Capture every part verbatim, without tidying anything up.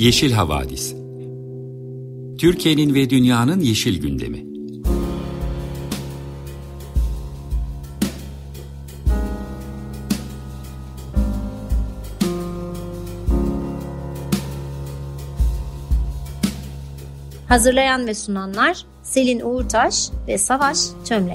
Yeşil Havadis. Türkiye'nin ve dünyanın yeşil gündemi. Hazırlayan ve sunanlar Selin Uğurtaş ve Savaş Çömlek.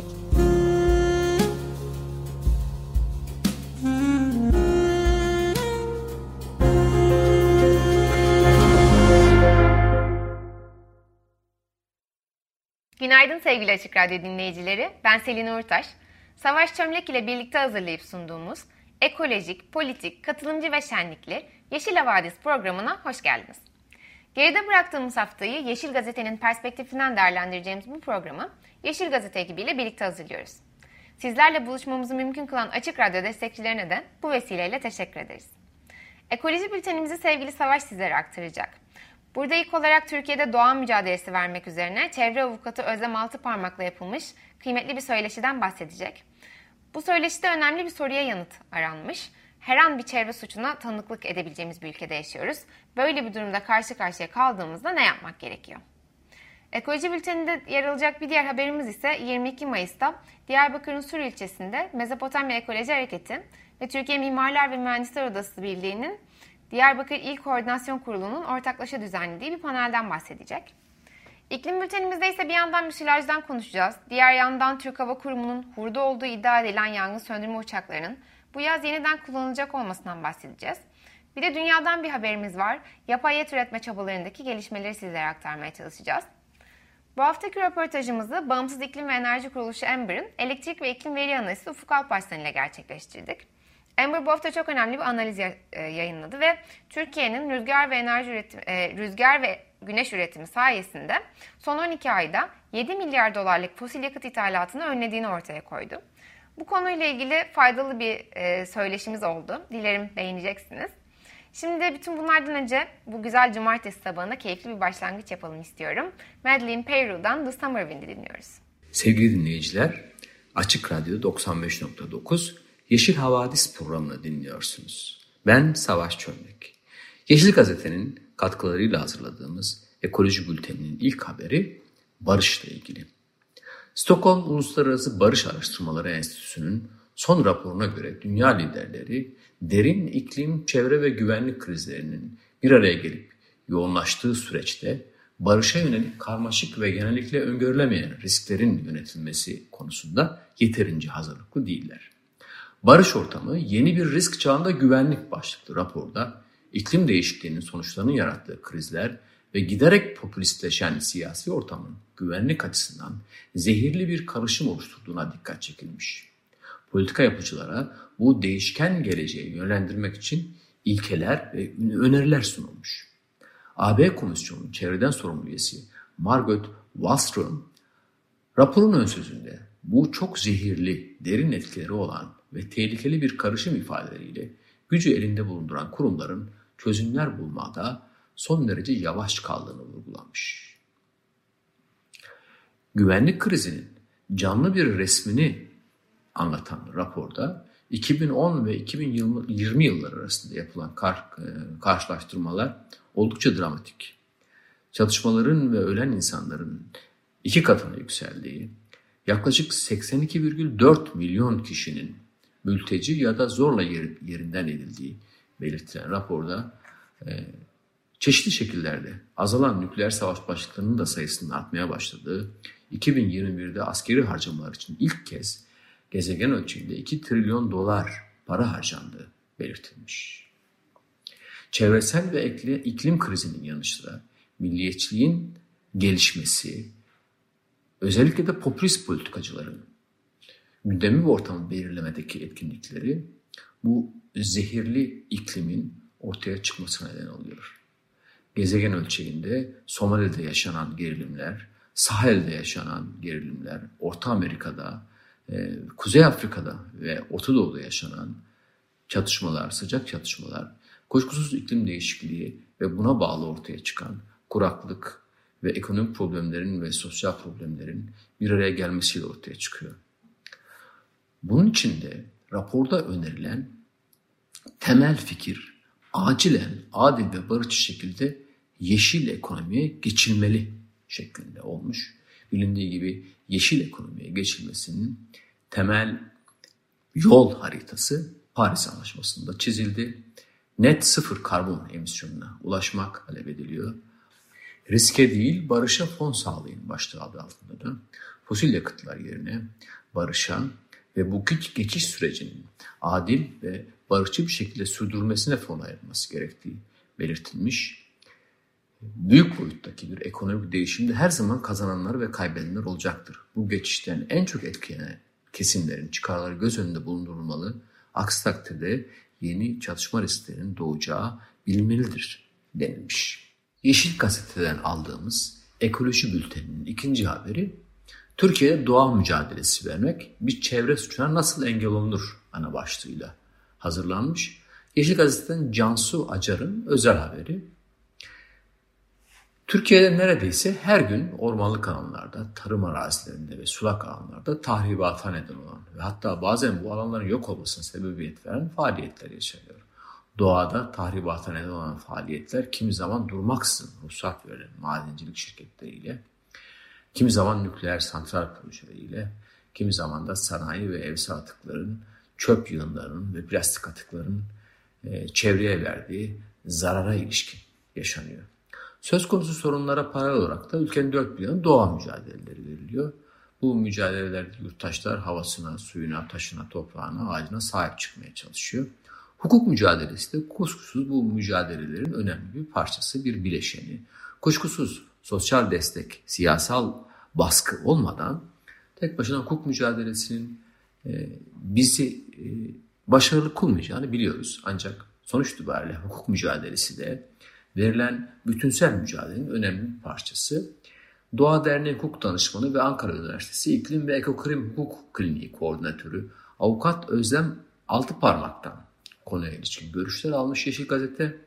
Günaydın sevgili Açık Radyo dinleyicileri. Ben Selin Uğurtaş. Savaş Çömlek ile birlikte hazırlayıp sunduğumuz ekolojik, politik, katılımcı ve şenlikli Yeşil Havadis programına hoş geldiniz. Geride bıraktığımız haftayı Yeşil Gazete'nin perspektifinden değerlendireceğimiz bu programı Yeşil Gazete ekibiyle birlikte hazırlıyoruz. Sizlerle buluşmamızı mümkün kılan Açık Radyo destekçilerine de bu vesileyle teşekkür ederiz. Ekoloji bültenimizi sevgili Savaş sizlere aktaracak. Burada ilk olarak Türkiye'de doğa mücadelesi vermek üzerine çevre avukatı Özlem Altıparmak'la yapılmış kıymetli bir söyleşiden bahsedecek. Bu söyleşide önemli bir soruya yanıt aranmış. Her an bir çevre suçuna tanıklık edebileceğimiz bir ülkede yaşıyoruz. Böyle bir durumda karşı karşıya kaldığımızda ne yapmak gerekiyor? Ekoloji bülteninde yer alacak bir diğer haberimiz ise yirmi iki Mayıs'ta Diyarbakır'ın Sur ilçesinde Mezopotamya Ekoloji Hareketi ve Türkiye Mimarlar ve Mühendisler Odası Birliği'nin Diyarbakır İl Koordinasyon Kurulu'nun ortaklaşa düzenlediği bir panelden bahsedecek. İklim bültenimizde ise bir yandan müsilajdan konuşacağız. Diğer yandan Türk Hava Kurumu'nun hurda olduğu iddia edilen yangın söndürme uçaklarının bu yaz yeniden kullanılacak olmasından bahsedeceğiz. Bir de dünyadan bir haberimiz var. Yapay et üretme çabalarındaki gelişmeleri sizlere aktarmaya çalışacağız. Bu haftaki röportajımızı Bağımsız İklim ve Enerji Kuruluşu Amber'ın elektrik ve iklim veri analisti Ufuk Alparslan ile gerçekleştirdik. Amber bu hafta çok önemli bir analiz yayınladı ve Türkiye'nin rüzgar ve enerji üretimi, rüzgar ve güneş üretimi sayesinde son on iki ayda yedi milyar dolarlık fosil yakıt ithalatını önlediğini ortaya koydu. Bu konuyla ilgili faydalı bir söyleşimiz oldu. Dilerim beğeneceksiniz. Şimdi de bütün bunlardan önce bu güzel cumartesi sabahında keyifli bir başlangıç yapalım istiyorum. Madeleine Peyroux'dan The Summer Wind'i dinliyoruz. Sevgili dinleyiciler, Açık Radyo doksan beş nokta dokuz Yeşil Havadis programını dinliyorsunuz. Ben Savaş Çömlek. Yeşil Gazete'nin katkılarıyla hazırladığımız Ekoloji Bülteni'nin ilk haberi barışla ilgili. Stockholm Uluslararası Barış Araştırmaları Enstitüsü'nün son raporuna göre dünya liderleri derin iklim, çevre ve güvenlik krizlerinin bir araya gelip yoğunlaştığı süreçte barışa yönelik karmaşık ve genellikle öngörülemeyen risklerin yönetilmesi konusunda yeterince hazırlıklı değiller. Barış ortamı yeni bir risk çağında güvenlik başlıklı raporda iklim değişikliğinin sonuçlarının yarattığı krizler ve giderek popülistleşen siyasi ortamın güvenlik açısından zehirli bir karışım oluşturduğuna dikkat çekilmiş. Politika yapıcılara bu değişken geleceği yönlendirmek için ilkeler ve öneriler sunulmuş. A B Komisyonu'nun çevreden sorumlu üyesi Margot Wallström, raporun ön sözünde bu çok zehirli, derin etkileri olan ve tehlikeli bir karışım ifadeleriyle gücü elinde bulunduran kurumların çözümler bulmada son derece yavaş kaldığını vurgulamış. Güvenlik krizinin canlı bir resmini anlatan raporda iki bin on ve iki bin yirmi yılları arasında yapılan kar, karşılaştırmalar oldukça dramatik. Çatışmaların ve ölen insanların iki katına yükseldiği, yaklaşık seksen iki virgül dört milyon kişinin mülteci ya da zorla yerinden edildiği belirtilen raporda e, çeşitli şekillerde azalan nükleer savaş başlıklarının da sayısının artmaya başladığı, iki bin yirmi birde askeri harcamalar için ilk kez gezegen ölçeğinde iki trilyon dolar para harcandığı belirtilmiş. Çevresel ve iklim krizinin yanı sıra milliyetçiliğin gelişmesi, özellikle de popülist politikacıların gündemi ve ortamı belirlemedeki etkinlikleri bu zehirli iklimin ortaya çıkmasına neden oluyor. Gezegen ölçeğinde Somali'de yaşanan gerilimler, Sahel'de yaşanan gerilimler, Orta Amerika'da, e, Kuzey Afrika'da ve Orta Doğu'da yaşanan çatışmalar, sıcak çatışmalar, kuşkusuz iklim değişikliği ve buna bağlı ortaya çıkan kuraklık ve ekonomik problemlerin ve sosyal problemlerin bir araya gelmesiyle ortaya çıkıyor. Bunun için de raporda önerilen temel fikir acilen, adil ve barışçı şekilde yeşil ekonomiye geçilmeli şeklinde olmuş. Bilindiği gibi yeşil ekonomiye geçilmesinin temel yol haritası Paris Anlaşması'nda çizildi. Net sıfır karbon emisyonuna ulaşmak talep ediliyor. Riske değil barışa fon sağlayın başlığı adı altında da fosil yakıtlar yerine barışa ve bu geçiş sürecinin adil ve barışçı bir şekilde sürdürülmesine fon ayrılması gerektiği belirtilmiş. Büyük boyuttaki bir ekonomik değişimde her zaman kazananlar ve kaybedenler olacaktır. Bu geçişten en çok etkilenen kesimlerin çıkarları göz önünde bulundurulmalı. Aksi takdirde yeni çatışma risklerinin doğacağı bilinmelidir denilmiş. Yeşil Gazete'den aldığımız ekoloji bülteninin ikinci haberi Türkiye'de doğa mücadelesi vermek bir çevre suçuna nasıl engel olunur ana başlığıyla hazırlanmış. Yeşil Gazete'den Cansu Acar'ın özel haberi. Türkiye'de neredeyse her gün ormanlık alanlarda, tarım arazilerinde ve sulak alanlarda tahribata neden olan ve hatta bazen bu alanların yok olmasına sebebiyet veren faaliyetler yaşanıyor. Doğada tahribata neden olan faaliyetler kimi zaman durmaksızın ruhsat verilen madencilik şirketleriyle, kimi zaman nükleer santral projeleriyle, kimi zaman da sanayi ve evsel atıkların, çöp yığınlarının ve plastik atıkların e, çevreye verdiği zarara ilişkin yaşanıyor. Söz konusu sorunlara paralel olarak da ülkenin dört bir yanı doğa mücadeleleri veriliyor. Bu mücadelelerde yurttaşlar havasına, suyuna, taşına, toprağına, ağacına sahip çıkmaya çalışıyor. Hukuk mücadelesi de kuşkusuz bu mücadelelerin önemli bir parçası, bir bileşeni. Kuşkusuz sosyal destek, siyasal baskı olmadan tek başına hukuk mücadelesinin e, bizi e, başarılı kılmayacağını biliyoruz. Ancak sonuç itibariyle hukuk mücadelesi de verilen bütünsel mücadelenin önemli bir parçası. Doğa Derneği Hukuk Danışmanı ve Ankara Üniversitesi İklim ve Ekokrim Hukuk Kliniği Koordinatörü Avukat Özlem Altıparmak'tan konuya ilişkin görüşler almış Yeşil Gazete.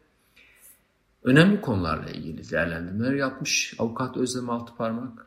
Önemli konularla ilgili değerlendirmeler yapmış Avukat Özlem Altıparmak.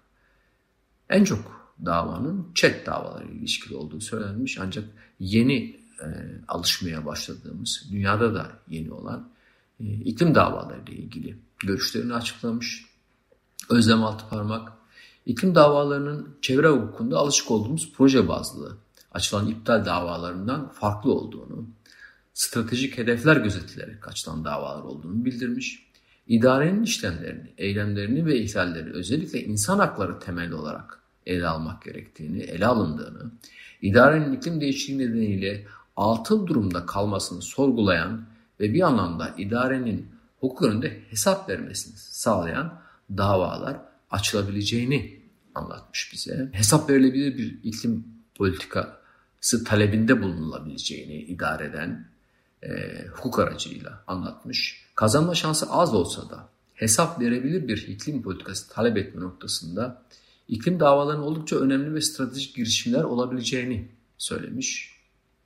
En çok davanın ÇED davaları ilişkili olduğu söylenmiş ancak yeni e, alışmaya başladığımız, dünyada da yeni olan e, iklim davaları ile ilgili görüşlerini açıklamış. Özlem Altıparmak, iklim davalarının çevre hukukunda alışık olduğumuz proje bazlı açılan iptal davalarından farklı olduğunu, stratejik hedefler gözetilerek açılan davalar olduğunu bildirmiş. İdarenin işlemlerini, eylemlerini ve ihlallerini özellikle insan hakları temeli olarak ele almak gerektiğini, ele alındığını, idarenin iklim değişikliği nedeniyle atıl durumda kalmasını sorgulayan ve bir anlamda idarenin hukuk önünde hesap vermesini sağlayan davalar açılabileceğini anlatmış bize. Hesap verilebilir bir iklim politikası talebinde bulunulabileceğini idareden e, hukuk aracıyla anlatmış. Kazanma şansı az olsa da hesap verebilir bir iklim politikası talep etme noktasında iklim davalarının oldukça önemli ve stratejik girişimler olabileceğini söylemiş.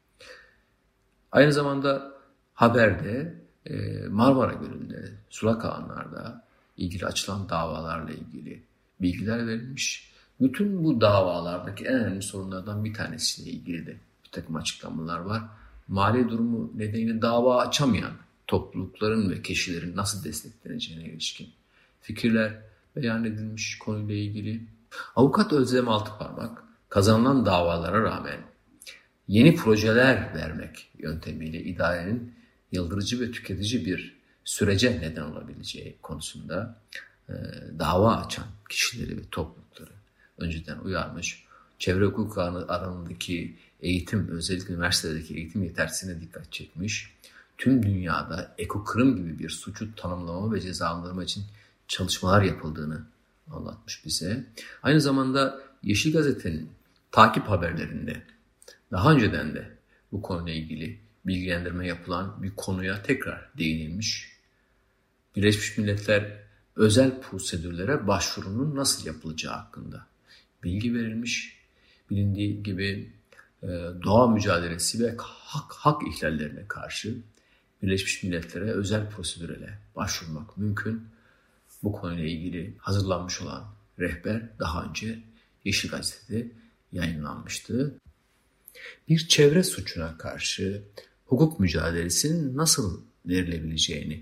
Aynı zamanda haberde e, Marmara Gölü'nde, sulak alanlarda ilgili açılan davalarla ilgili bilgiler verilmiş. Bütün bu davalardaki en önemli sorunlardan bir tanesiyle ilgili de bir takım açıklamalar var. Mali durumu nedeniyle dava açamayan toplulukların ve kişilerin nasıl destekleneceğine ilişkin fikirler beyan edilmiş konuyla ilgili. Avukat Özlem Altıparmak, kazanılan davalara rağmen yeni projeler vermek yöntemiyle idarenin yıldırıcı ve tüketici bir sürece neden olabileceği konusunda e, dava açan kişileri ve toplulukları önceden uyarmış. Çevre hukuk alanındaki eğitim, özellikle üniversitedeki eğitim yetersizliğine dikkat çekmiş. Tüm dünyada ekokırım gibi bir suçu tanımlama ve cezalandırma için çalışmalar yapıldığını anlatmış bize. Aynı zamanda Yeşil Gazete'nin takip haberlerinde daha önceden de bu konuyla ilgili bilgilendirme yapılan bir konuya tekrar değinilmiş. Birleşmiş Milletler özel prosedürlere başvurunun nasıl yapılacağı hakkında bilgi verilmiş. Bilindiği gibi doğa mücadelesi ve hak, hak ihlallerine karşı Birleşmiş Milletler'e özel prosedürle başvurmak mümkün. Bu konuyla ilgili hazırlanmış olan rehber daha önce Yeşil Gazete'de yayınlanmıştı. Bir çevre suçuna karşı hukuk mücadelesinin nasıl verilebileceğini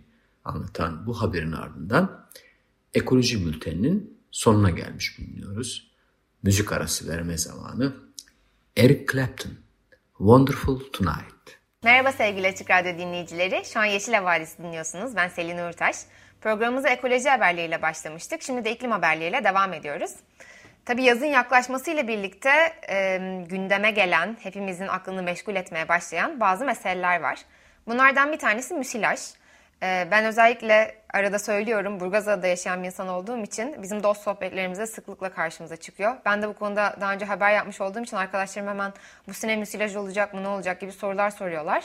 anlatan bu haberin ardından ekoloji bülteninin sonuna gelmiş bulunuyoruz. Müzik arası verme zamanı. Eric Clapton, Wonderful Tonight. Merhaba sevgili Açık Radyo dinleyicileri. Şu an Yeşil Havadis'i dinliyorsunuz. Ben Selin Uğurtaş. Programımıza ekoloji haberleriyle başlamıştık. Şimdi de iklim haberleriyle devam ediyoruz. Tabii yazın yaklaşmasıyla birlikte e, gündeme gelen, hepimizin aklını meşgul etmeye başlayan bazı meseleler var. Bunlardan bir tanesi müsilaj. E, ben özellikle arada söylüyorum, Burgazada'da yaşayan bir insan olduğum için bizim dost sohbetlerimizde sıklıkla karşımıza çıkıyor. Ben de bu konuda daha önce haber yapmış olduğum için arkadaşlarım hemen bu sene müsilaj olacak mı, ne olacak gibi sorular soruyorlar.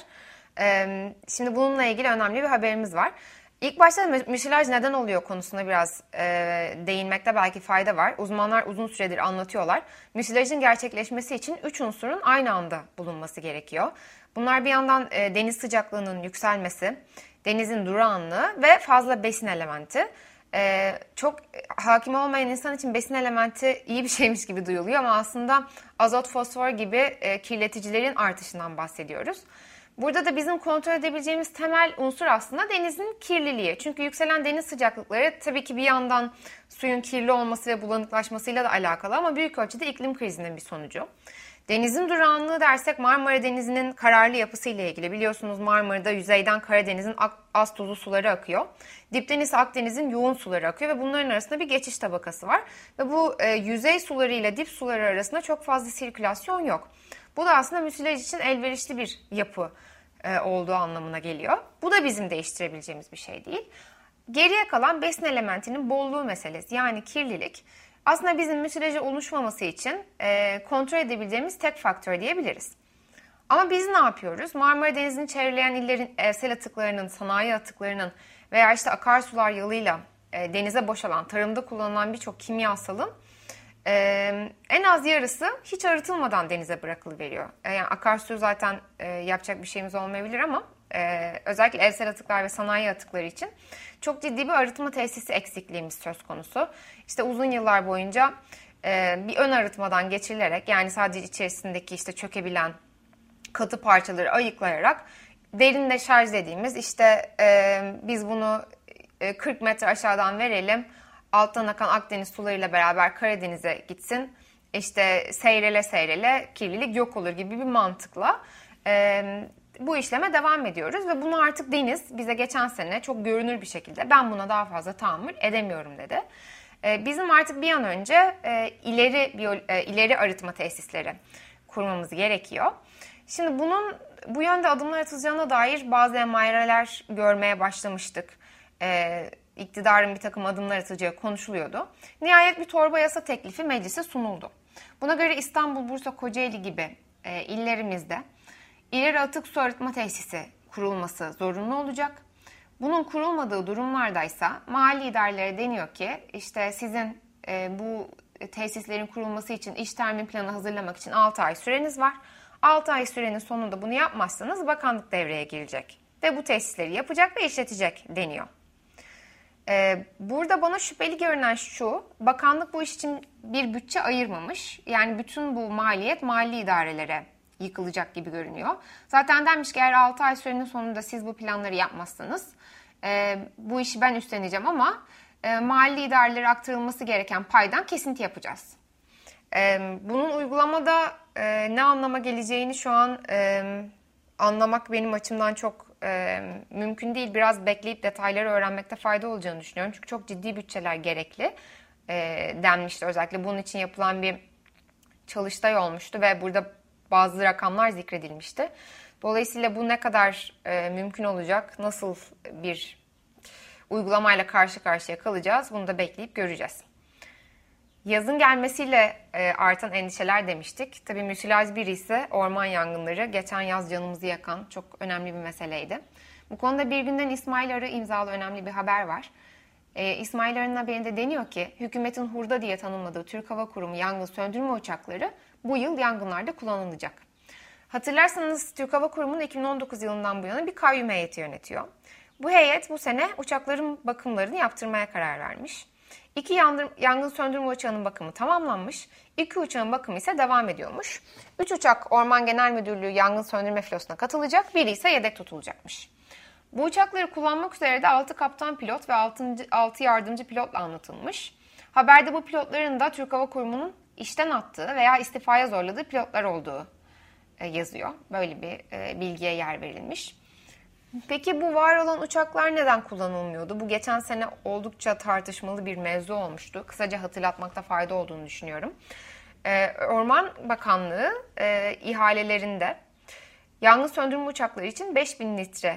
E, şimdi bununla ilgili önemli bir haberimiz var. İlk başta müsilaj neden oluyor konusuna biraz e, değinmekte belki fayda var. Uzmanlar uzun süredir anlatıyorlar. Müsilajın gerçekleşmesi için üç unsurun aynı anda bulunması gerekiyor. Bunlar bir yandan e, deniz sıcaklığının yükselmesi, denizin durağanlığı ve fazla besin elementi. E, çok hakim olmayan insan için besin elementi iyi bir şeymiş gibi duyuluyor ama aslında azot, fosfor gibi e, kirleticilerin artışından bahsediyoruz. Burada da bizim kontrol edebileceğimiz temel unsur aslında denizin kirliliği. Çünkü yükselen deniz sıcaklıkları tabii ki bir yandan suyun kirli olması ve bulanıklaşmasıyla da alakalı ama büyük ölçüde iklim krizinin bir sonucu. Denizin durağanlığı dersek Marmara Denizi'nin kararlı yapısıyla ilgili. Biliyorsunuz Marmara'da yüzeyden Karadeniz'in az tuzlu suları akıyor. Dipten ise Akdeniz'in yoğun suları akıyor ve bunların arasında bir geçiş tabakası var. Ve bu e, yüzey suları ile dip suları arasında çok fazla sirkülasyon yok. Bu da aslında müsilaj için elverişli bir yapı e, olduğu anlamına geliyor. Bu da bizim değiştirebileceğimiz bir şey değil. Geriye kalan besin elementinin bolluğu meselesi, yani kirlilik. Aslında bizim müsilajı oluşmaması için e, kontrol edebileceğimiz tek faktör diyebiliriz. Ama biz ne yapıyoruz? Marmara Denizi'ni çevreleyen illerin evsel atıklarının, sanayi atıklarının veya işte akarsular yoluyla e, denize boşalan, tarımda kullanılan birçok kimyasalın Ee, en az yarısı hiç arıtılmadan denize bırakılıveriyor. Ee, yani akarsu zaten e, yapacak bir şeyimiz olmayabilir ama e, özellikle evsel atıklar ve sanayi atıkları için çok ciddi bir arıtma tesisi eksikliğimiz söz konusu. İşte uzun yıllar boyunca e, bir ön arıtmadan geçirilerek, yani sadece içerisindeki işte çökebilen katı parçaları ayıklayarak derinle şarj dediğimiz işte e, biz bunu e, kırk metre aşağıdan verelim, alttan akan Akdeniz sularıyla beraber Karadeniz'e gitsin, İşte seyrele seyrele kirlilik yok olur gibi bir mantıkla e, bu işleme devam ediyoruz. Ve bunu artık deniz bize geçen sene çok görünür bir şekilde ben buna daha fazla tahammül edemiyorum dedi. E, bizim artık bir an önce e, ileri biyo, e, ileri arıtma tesisleri kurmamız gerekiyor. Şimdi bunun bu yönde adımlar atılacağına dair bazı emareler görmeye başlamıştık. E, iktidarın bir takım adımlar atacağı konuşuluyordu. Nihayet bir torba yasa teklifi meclise sunuldu. Buna göre İstanbul, Bursa, Kocaeli gibi e, illerimizde ileri atık su arıtma tesisi kurulması zorunlu olacak. Bunun kurulmadığı durumlardaysa mahalli idarelere deniyor ki işte sizin e, bu tesislerin kurulması için iş termin planı hazırlamak için altı ay süreniz var. altı ay sürenin sonunda bunu yapmazsanız bakanlık devreye girecek ve bu tesisleri yapacak ve işletecek deniyor. Burada bana şüpheli görünen şu, bakanlık bu iş için bir bütçe ayırmamış. Yani bütün bu maliyet mali idarelere yıkılacak gibi görünüyor. Zaten denmiş ki eğer altı ay sürenin sonunda siz bu planları yapmazsanız bu işi ben üstleneceğim ama mali idarelere aktarılması gereken paydan kesinti yapacağız. Bunun uygulamada ne anlama geleceğini şu an anlamak benim açımdan çok e, mümkün değil. Biraz bekleyip detayları öğrenmekte fayda olacağını düşünüyorum. Çünkü çok ciddi bütçeler gerekli e, denmişti. Özellikle bunun için yapılan bir çalıştay olmuştu ve burada bazı rakamlar zikredilmişti. Dolayısıyla bu ne kadar e, mümkün olacak, nasıl bir uygulamayla karşı karşıya kalacağız bunu da bekleyip göreceğiz. Yazın gelmesiyle e, artan endişeler demiştik. Tabii müsilaj bir ise orman yangınları. Geçen yaz canımızı yakan çok önemli bir meseleydi. Bu konuda bir günden İsmail Arı imzalı önemli bir haber var. E, İsmail Arı'nın haberinde deniyor ki hükümetin hurda diye tanımladığı Türk Hava Kurumu yangın söndürme uçakları bu yıl yangınlarda kullanılacak. Hatırlarsanız Türk Hava Kurumu'nun iki bin on dokuz yılından bu yana bir kayyum heyeti yönetiyor. Bu heyet bu sene uçakların bakımlarını yaptırmaya karar vermiş. İki yangın söndürme uçağının bakımı tamamlanmış, iki uçağın bakımı ise devam ediyormuş. Üç uçak Orman Genel Müdürlüğü yangın söndürme filosuna katılacak, biri ise yedek tutulacakmış. Bu uçakları kullanmak üzere de altı kaptan pilot ve altı yardımcı pilotla anlatılmış. Haberde bu pilotların da Türk Hava Kurumu'nun işten attığı veya istifaya zorladığı pilotlar olduğu yazıyor. Böyle bir bilgiye yer verilmiş. Peki bu var olan uçaklar neden kullanılmıyordu? Bu geçen sene oldukça tartışmalı bir mevzu olmuştu. Kısaca hatırlatmakta fayda olduğunu düşünüyorum. Orman Bakanlığı ihalelerinde yangın söndürme uçakları için beş bin litre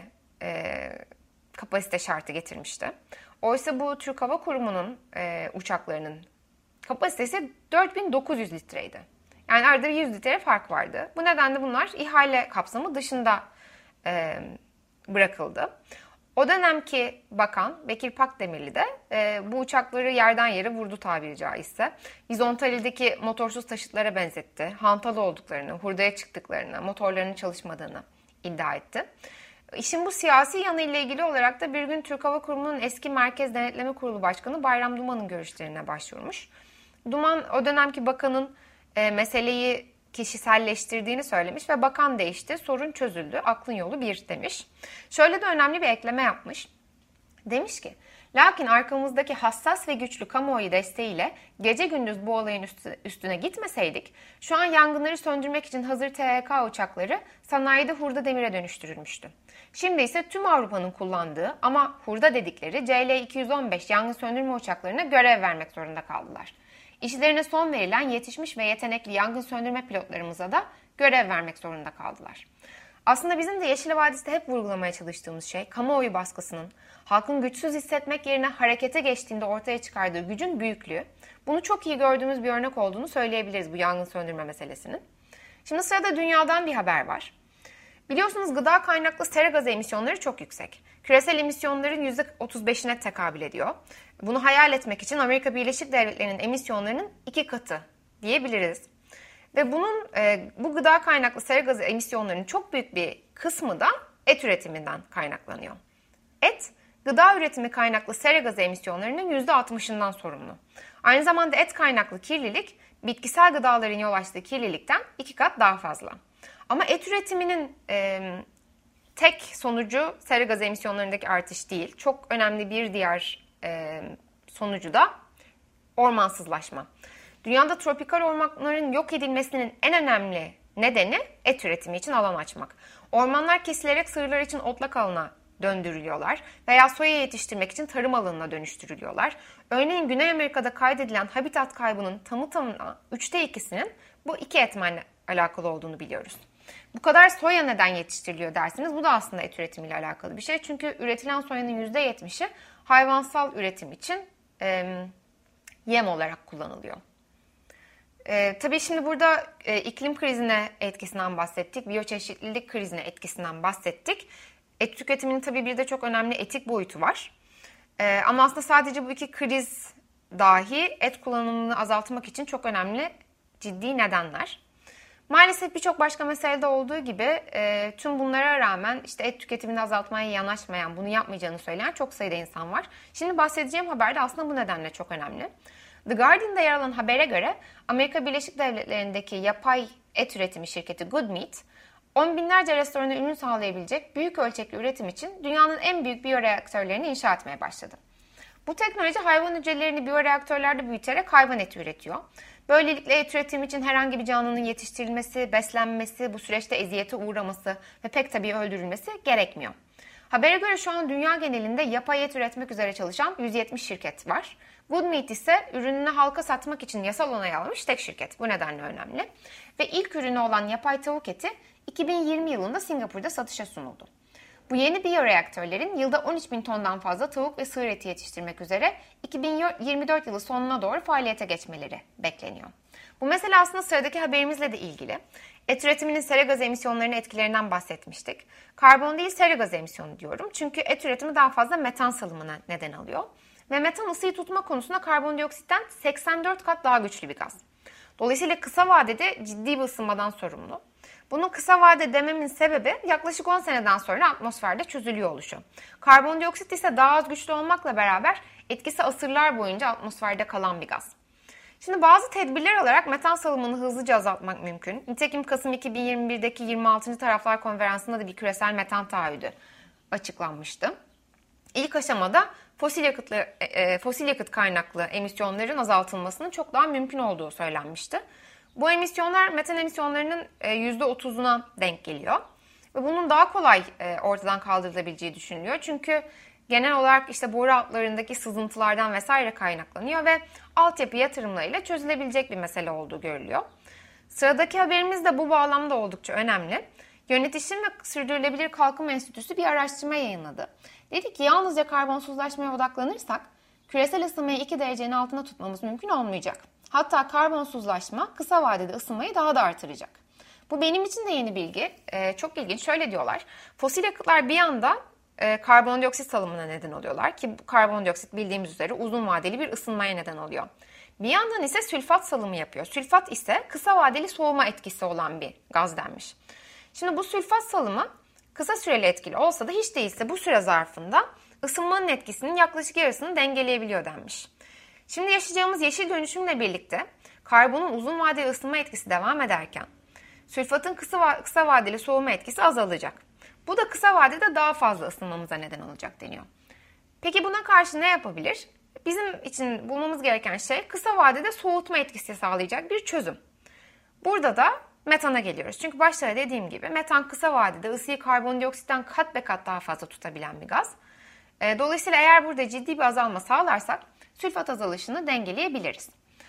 kapasite şartı getirmişti. Oysa bu Türk Hava Kurumu'nun uçaklarının kapasitesi dört bin dokuz yüz litreydi. Yani arada yüz litre fark vardı. Bu nedenle bunlar ihale kapsamı dışında e, bırakıldı. O dönemki bakan Bekir Pakdemirli de e, bu uçakları yerden yere vurdu tabiri caizse. Vizontali'deki motorsuz taşıtlara benzetti. Hantal olduklarını, hurdaya çıktıklarını, motorlarının çalışmadığını iddia etti. İşin bu siyasi yanıyla ilgili olarak da bir gün Türk Hava Kurumu'nun eski Merkez Denetleme Kurulu Başkanı Bayram Duman'ın görüşlerine başvurmuş. Duman o dönemki bakanın e, meseleyi kişiselleştirdiğini söylemiş ve bakan değişti, sorun çözüldü, aklın yolu bir demiş. Şöyle de önemli bir ekleme yapmış. Demiş ki, lakin arkamızdaki hassas ve güçlü kamuoyu desteğiyle gece gündüz bu olayın üstüne gitmeseydik, şu an yangınları söndürmek için hazır T H K uçakları sanayide hurda demire dönüştürülmüştü. Şimdi ise tüm Avrupa'nın kullandığı ama hurda dedikleri C L iki yüz on beş yangın söndürme uçaklarına görev vermek zorunda kaldılar. İşlerine son verilen yetişmiş ve yetenekli yangın söndürme pilotlarımıza da görev vermek zorunda kaldılar. Aslında bizim de Yeşil Havadis'te hep vurgulamaya çalıştığımız şey, kamuoyu baskısının, halkın güçsüz hissetmek yerine harekete geçtiğinde ortaya çıkardığı gücün büyüklüğü. Bunu çok iyi gördüğümüz bir örnek olduğunu söyleyebiliriz bu yangın söndürme meselesinin. Şimdi sırada dünyadan bir haber var. Biliyorsunuz gıda kaynaklı sera gazı emisyonları çok yüksek. Küresel emisyonların yüzde otuz beşine tekabül ediyor. Bunu hayal etmek için Amerika Birleşik Devletleri'nin emisyonlarının iki katı diyebiliriz. Ve bunun e, bu gıda kaynaklı sera gazı emisyonlarının çok büyük bir kısmı da et üretiminden kaynaklanıyor. Et, gıda üretimi kaynaklı sera gazı emisyonlarının yüzde altmışından sorumlu. Aynı zamanda et kaynaklı kirlilik, bitkisel gıdaların yol açtığı kirlilikten iki kat daha fazla. Ama et üretiminin e, tek sonucu sera gazı emisyonlarındaki artış değil. Çok önemli bir diğer e, sonucu da ormansızlaşma. Dünyada tropikal ormanların yok edilmesinin en önemli nedeni et üretimi için alan açmak. Ormanlar kesilerek sığırlar için otlak alana döndürülüyorlar veya soya yetiştirmek için tarım alanına dönüştürülüyorlar. Örneğin Güney Amerika'da kaydedilen habitat kaybının tamı tamına üçte ikisinin bu iki etmenle alakalı olduğunu biliyoruz. Bu kadar soya neden yetiştiriliyor dersiniz. Bu da aslında et üretimiyle alakalı bir şey. Çünkü üretilen soyanın yüzde yetmişi hayvansal üretim için e, yem olarak kullanılıyor. E, tabii şimdi burada e, iklim krizine etkisinden bahsettik. Biyoçeşitlilik krizine etkisinden bahsettik. Et tüketiminin tabii bir de çok önemli etik boyutu var. E, ama aslında sadece bu iki kriz dahi et kullanımını azaltmak için çok önemli ciddi nedenler. Maalesef birçok başka meselede olduğu gibi e, tüm bunlara rağmen işte et tüketimini azaltmaya yanaşmayan, bunu yapmayacağını söyleyen çok sayıda insan var. Şimdi bahsedeceğim haber de aslında bu nedenle çok önemli. The Guardian'da yer alan habere göre Amerika Birleşik Devletleri'ndeki yapay et üretimi şirketi Good Meat, on binlerce restorana ürün sağlayabilecek büyük ölçekli üretim için dünyanın en büyük biyoreaktörlerini inşa etmeye başladı. Bu teknoloji hayvan hücrelerini biyoreaktörlerde büyüterek hayvan eti üretiyor. Böylelikle et üretimi için herhangi bir canlının yetiştirilmesi, beslenmesi, bu süreçte eziyete uğraması ve pek tabii öldürülmesi gerekmiyor. Habere göre şu an dünya genelinde yapay et üretmek üzere çalışan yüz yetmiş şirket var. Good Meat ise ürününü halka satmak için yasal onay almış tek şirket. Bu nedenle önemli. Ve ilk ürünü olan yapay tavuk eti iki bin yirmi yılında Singapur'da satışa sunuldu. Bu yeni biyoreaktörlerin yılda on üç bin tondan fazla tavuk ve sığır eti yetiştirmek üzere iki bin yirmi dört yılı sonuna doğru faaliyete geçmeleri bekleniyor. Bu mesele aslında sıradaki haberimizle de ilgili. Et üretiminin sera gazı emisyonlarının etkilerinden bahsetmiştik. Karbon değil sera gazı emisyonu diyorum. Çünkü et üretimi daha fazla metan salımına neden alıyor. Ve metan ısıyı tutma konusunda karbondioksitten seksen dört kat daha güçlü bir gaz. Dolayısıyla kısa vadede ciddi bir ısınmadan sorumlu. Bunun kısa vade dememin sebebi yaklaşık on seneden sonra atmosferde çözülüyor oluşu. Karbondioksit ise daha az güçlü olmakla beraber etkisi asırlar boyunca atmosferde kalan bir gaz. Şimdi bazı tedbirler alarak metan salımını hızlıca azaltmak mümkün. Nitekim Kasım iki bin yirmi birdeki yirmi altıncı Taraflar Konferansı'nda da bir küresel metan taahhüdü açıklanmıştı. İlk aşamada fosil yakıtlı, e, fosil yakıt kaynaklı emisyonların azaltılmasının çok daha mümkün olduğu söylenmişti. Bu emisyonlar metan emisyonlarının e, yüzde otuzuna denk geliyor. Ve bunun daha kolay e, ortadan kaldırılabileceği düşünülüyor. Çünkü genel olarak işte boru altlarındaki sızıntılardan vesaire kaynaklanıyor ve altyapı yatırımlarıyla çözülebilecek bir mesele olduğu görülüyor. Sıradaki haberimiz de bu bağlamda oldukça önemli. Yönetişim ve Sürdürülebilir Kalkınma Enstitüsü bir araştırma yayınladı. Dedi ki yalnızca karbonsuzlaşmaya odaklanırsak küresel ısınmayı iki derecenin altında tutmamız mümkün olmayacak. Hatta karbonsuzlaşma kısa vadede ısınmayı daha da artıracak. Bu benim için de yeni bilgi. Ee, çok ilginç. Şöyle diyorlar. Fosil yakıtlar bir yanda e, karbondioksit salımına neden oluyorlar ki bu karbondioksit bildiğimiz üzere uzun vadeli bir ısınmaya neden oluyor. Bir yandan ise sülfat salımı yapıyor. Sülfat ise kısa vadeli soğuma etkisi olan bir gaz denmiş. Şimdi bu sülfat salımı kısa süreli etkili olsa da hiç değilse bu süre zarfında ısınmanın etkisinin yaklaşık yarısını dengeleyebiliyor denmiş. Şimdi yaşayacağımız yeşil dönüşümle birlikte karbonun uzun vadeli ısınma etkisi devam ederken sülfatın kısa, kısa vadeli soğuma etkisi azalacak. Bu da kısa vadede daha fazla ısınmamıza neden olacak deniyor. Peki buna karşı ne yapabilir? Bizim için bulmamız gereken şey kısa vadede soğutma etkisi sağlayacak bir çözüm. Burada da metana geliyoruz. Çünkü başta da dediğim gibi metan kısa vadede ısıyı karbondioksitten kat be kat daha fazla tutabilen bir gaz. Dolayısıyla eğer burada ciddi bir azalma sağlarsak sülfat azalışını dengeleyebiliriz.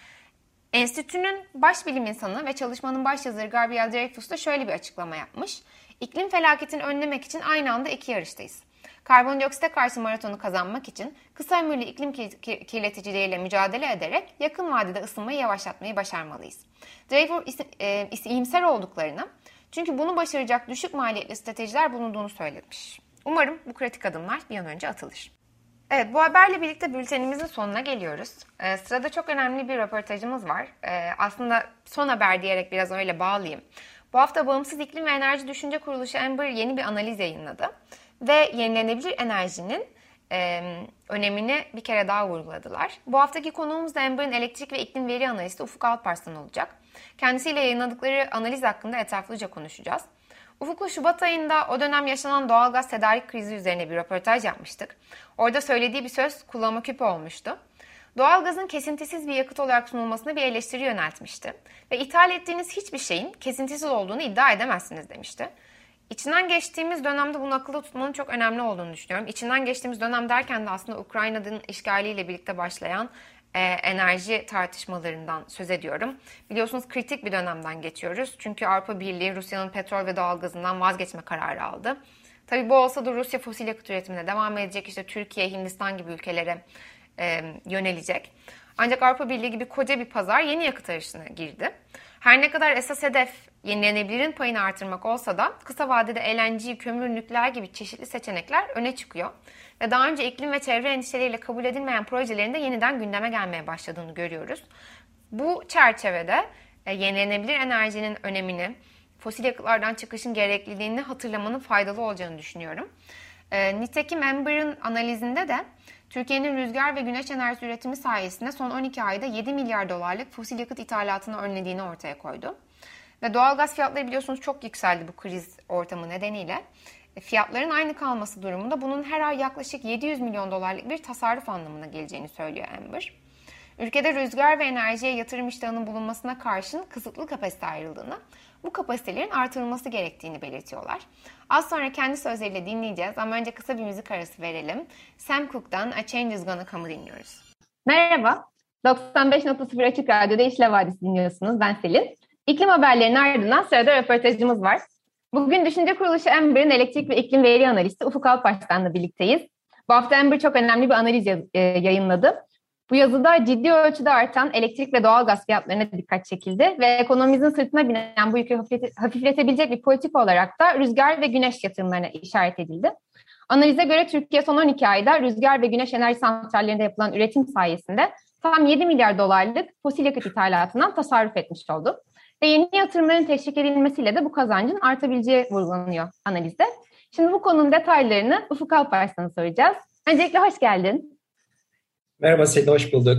Enstitünün baş bilim insanı ve çalışmanın başyazarı Gabriel Dreyfus da şöyle bir açıklama yapmış. İklim felaketini önlemek için aynı anda iki yarıştayız. Karbondioksite karşı maratonu kazanmak için kısa ömürlü iklim kirleticileriyle mücadele ederek yakın vadede ısınmayı yavaşlatmayı başarmalıyız. Dreyfus e, iyimser olduklarını, çünkü bunu başaracak düşük maliyetli stratejiler bulunduğunu söylemiş. Umarım bu kritik adımlar bir an önce atılır. Evet, bu haberle birlikte bültenimizin sonuna geliyoruz. Ee, sırada çok önemli bir röportajımız var. Ee, aslında son haber diyerek biraz öyle bağlayayım. Bu hafta Bağımsız İklim ve Enerji Düşünce Kuruluşu Amber yeni bir analiz yayınladı. Ve yenilenebilir enerjinin e, önemini bir kere daha vurguladılar. Bu haftaki konuğumuz da Amber'ın elektrik ve iklim veri analisti Ufuk Alparslan olacak. Kendisiyle yayınladıkları analiz hakkında etraflıca konuşacağız. Ufuk'la Şubat ayında o dönem yaşanan doğalgaz tedarik krizi üzerine bir röportaj yapmıştık. Orada söylediği bir söz kulağıma küpe olmuştu. Doğalgazın kesintisiz bir yakıt olarak sunulmasına bir eleştiri yöneltmişti. Ve ithal ettiğiniz hiçbir şeyin kesintisiz olduğunu iddia edemezsiniz demişti. İçinden geçtiğimiz dönemde bunu akılda tutmanın çok önemli olduğunu düşünüyorum. İçinden geçtiğimiz dönem derken de aslında Ukrayna'nın işgaliyle birlikte başlayan e, enerji tartışmalarından söz ediyorum. Biliyorsunuz kritik bir dönemden geçiyoruz. Çünkü Avrupa Birliği Rusya'nın petrol ve doğalgazından vazgeçme kararı aldı. Tabii bu olsa da Rusya fosil yakıt üretimine devam edecek. İşte Türkiye, Hindistan gibi ülkelere e, yönelecek. Ancak Avrupa Birliği gibi koca bir pazar yeni yakıt arayışına girdi. Her ne kadar esas hedef yenilenebilirin payını artırmak olsa da kısa vadede L N G, kömür, nükleer gibi çeşitli seçenekler öne çıkıyor. Ve daha önce iklim ve çevre endişeleriyle kabul edilmeyen projelerin de yeniden gündeme gelmeye başladığını görüyoruz. Bu çerçevede yenilenebilir enerjinin önemini, fosil yakıtlardan çıkışın gerekliliğini hatırlamanın faydalı olacağını düşünüyorum. E, nitekim Amber'ın analizinde de Türkiye'nin rüzgar ve güneş enerjisi üretimi sayesinde son on iki ayda yedi milyar dolarlık fosil yakıt ithalatını önlediğini ortaya koydu. Ve doğalgaz fiyatları biliyorsunuz çok yükseldi bu kriz ortamı nedeniyle. E, fiyatların aynı kalması durumunda bunun her ay yaklaşık yedi yüz milyon dolarlık bir tasarruf anlamına geleceğini söylüyor Amber. Ülkede rüzgar ve enerjiye yatırım iştahının bulunmasına karşın kısıtlı kapasite ayrıldığını, bu kapasitelerin artırılması gerektiğini belirtiyorlar. Az sonra kendi sözleriyle dinleyeceğiz ama önce kısa bir müzik arası verelim. Sam Cooke'dan A Change Is Gonna Come'ı dinliyoruz. Merhaba, doksan beş nokta sıfır Açık Radyo'da Yeşil Havadis dinliyorsunuz. Ben Selin. İklim haberlerinin ardından sırada röportajımız var. Bugün Düşünce Kuruluşu Amber'ın elektrik ve iklim veri analisti Ufuk Alparslan'la birlikteyiz. Bu hafta Amber çok önemli bir analiz yayınladı. Bu yazıda ciddi ölçüde artan elektrik ve doğalgaz fiyatlarına dikkat çekildi ve ekonomimizin sırtına binen bu yükü hafifletebilecek bir politika olarak da rüzgar ve güneş yatırımlarına işaret edildi. Analize göre Türkiye son on iki ayda rüzgar ve güneş enerji santrallerinde yapılan üretim sayesinde tam yedi milyar dolarlık fosil yakıt ithalatından tasarruf etmiş oldu. Ve yeni yatırımların teşvik edilmesiyle de bu kazancın artabileceği vurgulanıyor analizde. Şimdi bu konunun detaylarını Ufuk Alparslan'a soracağız. Öncelikle hoş geldin. Merhaba Selin, hoş bulduk.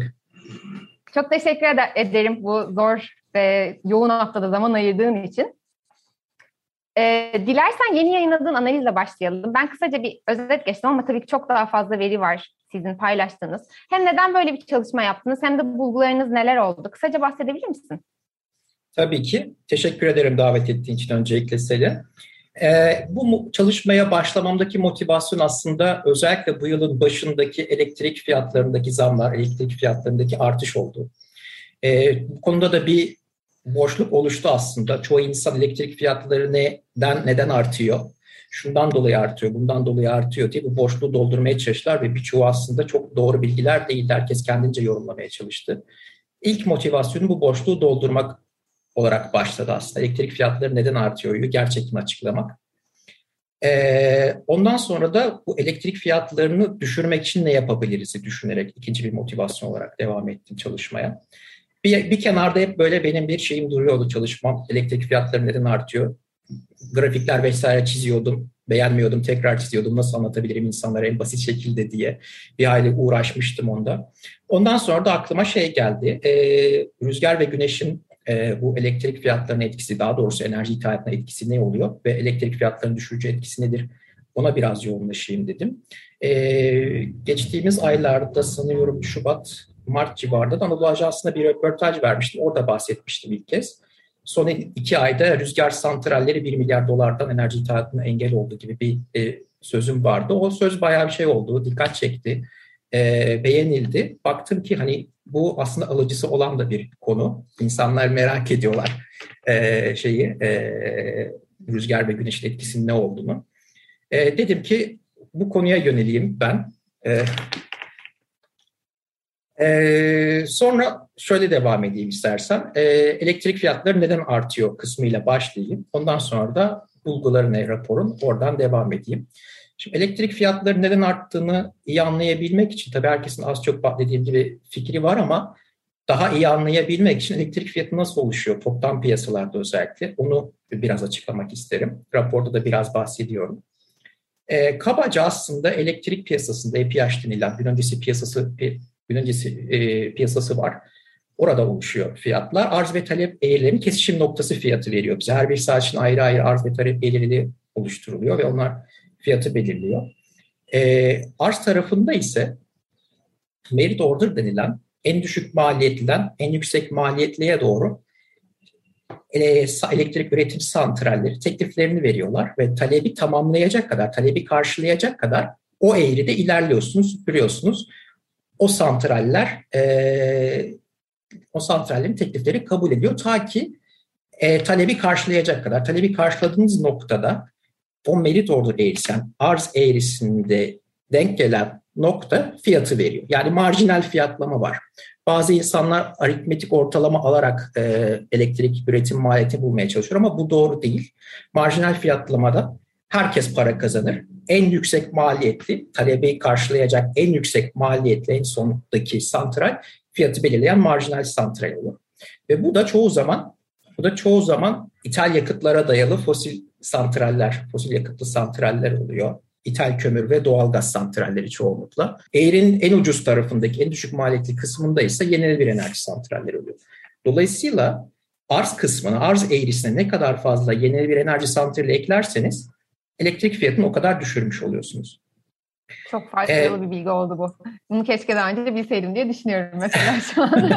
Çok teşekkür ederim bu zor ve yoğun haftada zaman ayırdığın için. E, dilersen yeni yayınladığın analizle başlayalım. Ben kısaca bir özet geçtim ama tabii ki çok daha fazla veri var sizin paylaştığınız. Hem neden böyle bir çalışma yaptınız hem de bulgularınız neler oldu? Kısaca bahsedebilir misin? Tabii ki. Teşekkür ederim davet ettiğin için öncelikle Selin. Ee, bu çalışmaya başlamamdaki motivasyon aslında özellikle bu yılın başındaki elektrik fiyatlarındaki zamlar, elektrik fiyatlarındaki artış oldu. Ee, bu konuda da bir boşluk oluştu aslında. Çoğu insan elektrik fiyatları neden, neden artıyor? Şundan dolayı artıyor, bundan dolayı artıyor diye bu boşluğu doldurmaya çalıştılar ve birçoğu aslında çok doğru bilgiler değil. Herkes kendince yorumlamaya çalıştı. İlk motivasyonu bu boşluğu doldurmak olarak başladı aslında. Elektrik fiyatları neden artıyor gerçekten açıklamak. Ee, ondan sonra da bu elektrik fiyatlarını düşürmek için ne yapabiliriz düşünerek ikinci bir motivasyon olarak devam ettim çalışmaya. Bir, bir kenarda hep böyle benim bir şeyim duruyordu çalışmam. Elektrik fiyatları neden artıyor? Grafikler vesaire çiziyordum. Beğenmiyordum, tekrar çiziyordum. Nasıl anlatabilirim insanlara en basit şekilde diye. Bir hayli uğraşmıştım onda. Ondan sonra da aklıma şey geldi. Ee, rüzgar ve güneşin e, bu elektrik fiyatlarının etkisi, daha doğrusu enerji ithalatına etkisi ne oluyor? Ve elektrik fiyatlarının düşürücü etkisi nedir? Ona biraz yoğunlaşayım dedim. Ee, geçtiğimiz aylarda sanıyorum Şubat, Mart civarında da Anadolu Ajansı'na bir röportaj vermiştim. Orada bahsetmiştim ilk kez. Son iki ayda rüzgar santralleri bir milyar dolardan enerji ithalatına engel oldu gibi bir e, sözüm vardı. O söz bayağı bir şey oldu, dikkat çekti, e, beğenildi. Baktım ki hani bu aslında alıcısı olan da bir konu. İnsanlar merak ediyorlar e, şeyi e, rüzgar ve güneşin etkisinin ne olduğunu. E, dedim ki bu konuya yöneleyim ben. E, Ee, sonra şöyle devam edeyim istersen. Ee, elektrik fiyatları neden artıyor kısmıyla başlayayım. Ondan sonra da bulguları ne raporun, oradan devam edeyim. Şimdi elektrik fiyatları neden arttığını iyi anlayabilmek için, tabii herkesin az çok dediğim gibi fikri var ama daha iyi anlayabilmek için elektrik fiyatı nasıl oluşuyor toptan piyasalarda özellikle onu biraz açıklamak isterim. Raporda da biraz bahsediyorum. Ee, kabaca aslında elektrik piyasasında E P H denilen gün öncesi piyasası gün öncesi e, piyasası var. Orada oluşuyor fiyatlar. Arz ve talep eğrilerinin kesişim noktası fiyatı veriyor bize. Her bir saat için ayrı ayrı arz ve talep eğrileri oluşturuluyor ve onlar fiyatı belirliyor. E, arz tarafında ise merit order denilen en düşük maliyetliden en yüksek maliyetliye doğru e, elektrik üretim santralleri tekliflerini veriyorlar ve talebi tamamlayacak kadar, talebi karşılayacak kadar o eğride ilerliyorsunuz, sürüyorsunuz. O santraller, e, o santrallerin teklifleri kabul ediyor ta ki e, talebi karşılayacak kadar. Talebi karşıladığınız noktada o merit order eğrisi, yani arz eğrisinde denk gelen nokta fiyatı veriyor. Yani marjinal fiyatlama var. Bazı insanlar aritmetik ortalama alarak e, elektrik üretim maliyeti bulmaya çalışıyor ama bu doğru değil. Marjinal fiyatlamada herkes para kazanır. En yüksek maliyetli, talebi karşılayacak en yüksek maliyetli en sondaki santral fiyatı belirleyen marjinal santral olur. Ve bu da çoğu zaman bu da çoğu zaman ithal yakıtlara dayalı fosil santraller, fosil yakıtlı santraller oluyor. İthal kömür ve doğalgaz santralleri çoğunlukla. Eğrinin en ucuz tarafındaki, en düşük maliyetli kısmında ise yenilenebilir enerji santralleri oluyor. Dolayısıyla arz kısmına, arz eğrisine ne kadar fazla yenilenebilir enerji santrali eklerseniz elektrik fiyatını o kadar düşürmüş oluyorsunuz. Çok faydalı ee, bir bilgi oldu bu. Bunu keşke daha önce bilseydim diye düşünüyorum mesela şu an.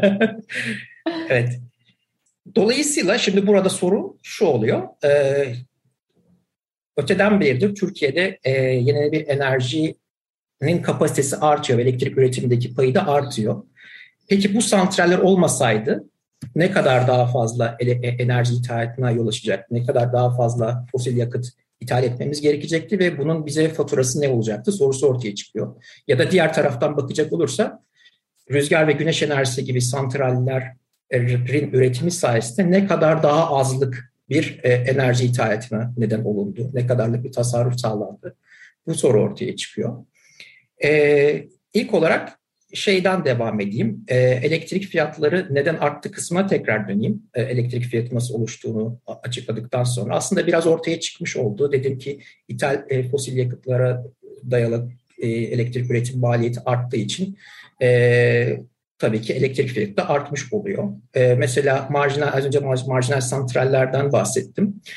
Evet. Dolayısıyla şimdi burada soru şu oluyor. Ee, öteden beridir Türkiye'de e, yenilenebilir enerjinin kapasitesi artıyor ve elektrik üretimindeki payı da artıyor. Peki bu santraller olmasaydı ne kadar daha fazla enerji ithalatına yol açacak, ne kadar daha fazla fosil yakıt ithal etmemiz gerekecekti ve bunun bize faturası ne olacaktı sorusu ortaya çıkıyor. Ya da diğer taraftan bakacak olursa rüzgar ve güneş enerjisi gibi santrallerin üretimi sayesinde ne kadar daha azlık bir enerji ithalatına neden olundu, ne kadarlık bir tasarruf sağlandı. Bu soru ortaya çıkıyor. Ee, ilk olarak şeyden devam edeyim. Ee, elektrik fiyatları neden arttı kısmına tekrar döneyim. Ee, elektrik fiyatı nasıl oluştuğunu açıkladıktan sonra. Aslında biraz ortaya çıkmış oldu. Dedim ki ithal e, fosil yakıtlara dayalı e, elektrik üretim maliyeti arttığı için e, tabii ki elektrik fiyatı da artmış oluyor. E, mesela marjinal, az önce marjinal santrallerden bahsettim.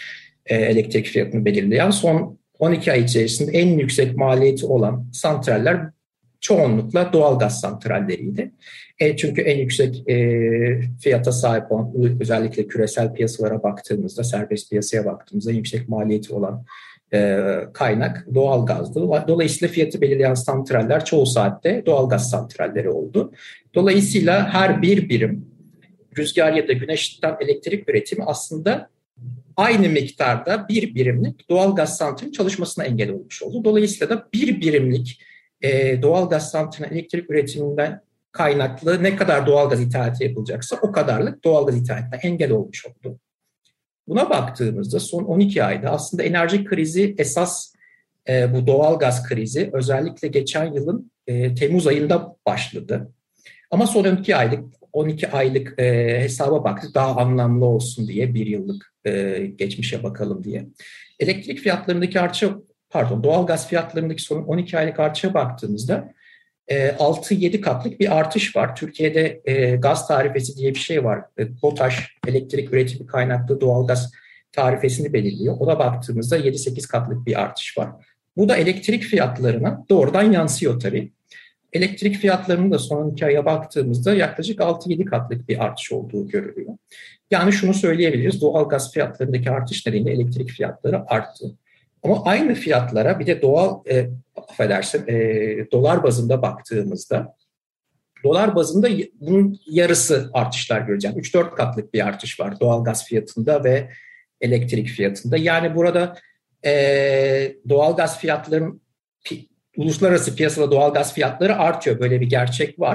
e, elektrik fiyatını belirleyen. Son on iki ay içerisinde en yüksek maliyeti olan santraller çoğunlukla doğalgaz santralleriydi. E, çünkü en yüksek e, fiyata sahip olan, özellikle küresel piyasalara baktığımızda, serbest piyasaya baktığımızda en yüksek maliyeti olan e, kaynak doğalgazdı. Dolayısıyla fiyatı belirleyen santraller çoğu saatte doğalgaz santralleri oldu. Dolayısıyla her bir birim rüzgar ya da güneşten elektrik üretimi aslında aynı miktarda bir birimlik doğalgaz santralinin çalışmasına engel olmuş oldu. Dolayısıyla da bir birimlik e, doğalgaz santralinin elektrik üretiminden kaynaklı ne kadar doğalgaz ithalatı yapılacaksa o kadarlık doğalgaz ithalatına engel olmuş oldu. Buna baktığımızda son on iki ayda aslında enerji krizi esas e, bu doğalgaz krizi özellikle geçen yılın e, Temmuz ayında başladı. Ama son on iki aylık on iki aylık e, hesaba baktık daha anlamlı olsun diye bir yıllık e, geçmişe bakalım diye. Elektrik fiyatlarındaki artışa pardon doğalgaz fiyatlarındaki son on iki aylık artışa baktığımızda e, altı yedi katlık bir artış var. Türkiye'de e, gaz tarifesi diye bir şey var. E, BOTAŞ elektrik üretimi kaynaklı doğalgaz tarifesini belirliyor. Ona baktığımızda yedi sekiz katlık bir artış var. Bu da elektrik fiyatlarına doğrudan yansıyor tabii. Elektrik fiyatlarının da son iki aya baktığımızda yaklaşık altı yedi katlık bir artış olduğu görülüyor. Yani şunu söyleyebiliriz, doğalgaz fiyatlarındaki artış nedeniyle elektrik fiyatları arttı. Ama aynı fiyatlara bir de doğal, e, affedersin, e, dolar bazında baktığımızda, dolar bazında bunun yarısı artışlar göreceğiz. üç dört katlık bir artış var doğalgaz fiyatında ve elektrik fiyatında. Yani burada e, doğalgaz fiyatlarının uluslararası piyasada doğalgaz fiyatları artıyor. Böyle bir gerçek var.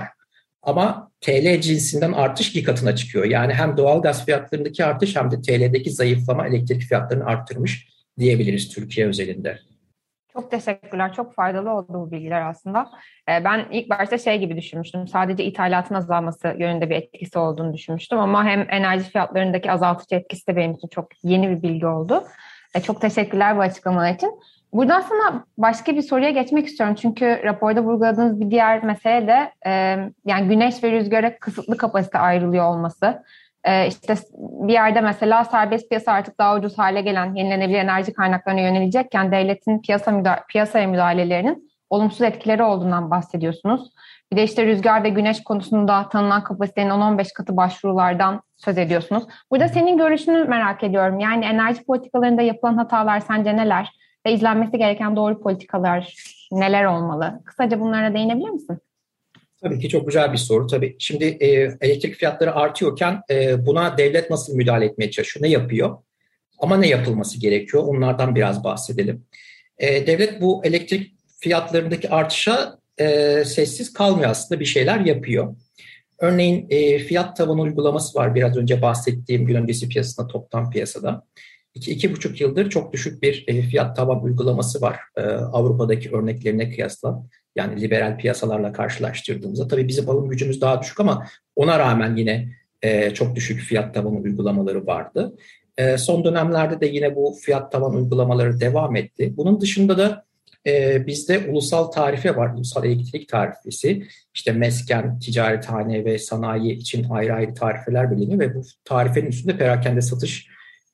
Ama T L cinsinden artış iki katına çıkıyor. Yani hem doğalgaz fiyatlarındaki artış hem de T L'deki zayıflama elektrik fiyatlarını arttırmış diyebiliriz Türkiye özelinde. Çok teşekkürler. Çok faydalı oldu bu bilgiler aslında. Ben ilk başta şey gibi düşünmüştüm. Sadece ithalatın azalması yönünde bir etkisi olduğunu düşünmüştüm. Ama hem enerji fiyatlarındaki azaltıcı etkisi de benim için çok yeni bir bilgi oldu. Çok teşekkürler bu açıklamalar için. Buradan sana başka bir soruya geçmek istiyorum. Çünkü raporda vurguladığınız bir diğer mesele de e, yani güneş ve rüzgara kısıtlı kapasite ayrılıyor olması. E, işte bir yerde mesela serbest piyasa artık daha ucuz hale gelen yenilenebilir enerji kaynaklarına yönelecekken devletin piyasa müda- piyasaya müdahalelerinin olumsuz etkileri olduğundan bahsediyorsunuz. Bir de işte rüzgar ve güneş konusunda tanınan kapasitenin on on beş katı başvurulardan söz ediyorsunuz. Burada senin görüşünü merak ediyorum. Yani enerji politikalarında yapılan hatalar sence neler? Ve izlenmesi gereken doğru politikalar neler olmalı? Kısaca bunlara değinebilir misin? Tabii ki çok güzel bir soru. Tabii şimdi e, elektrik fiyatları artıyorken e, buna devlet nasıl müdahale etmeye çalışıyor? Ne yapıyor? Ama ne yapılması gerekiyor? Onlardan biraz bahsedelim. E, devlet bu elektrik fiyatlarındaki artışa e, sessiz kalmıyor aslında bir şeyler yapıyor. Örneğin e, fiyat tavanı uygulaması var biraz önce bahsettiğim gün öncesi piyasasında, toptan piyasada. İki, iki buçuk yıldır çok düşük bir e, fiyat tavan uygulaması var e, Avrupa'daki örneklerine kıyasla. Yani liberal piyasalarla karşılaştırdığımızda. Tabii bizim alım gücümüz daha düşük ama ona rağmen yine e, çok düşük fiyat tavan uygulamaları vardı. E, son dönemlerde de yine bu fiyat tavan uygulamaları devam etti. Bunun dışında da e, bizde ulusal tarife var, ulusal elektrik tarifesi. İşte mesken, ticarethane ve sanayi için ayrı ayrı tarifeler belirleniyor ve bu tarifenin üstünde perakende satış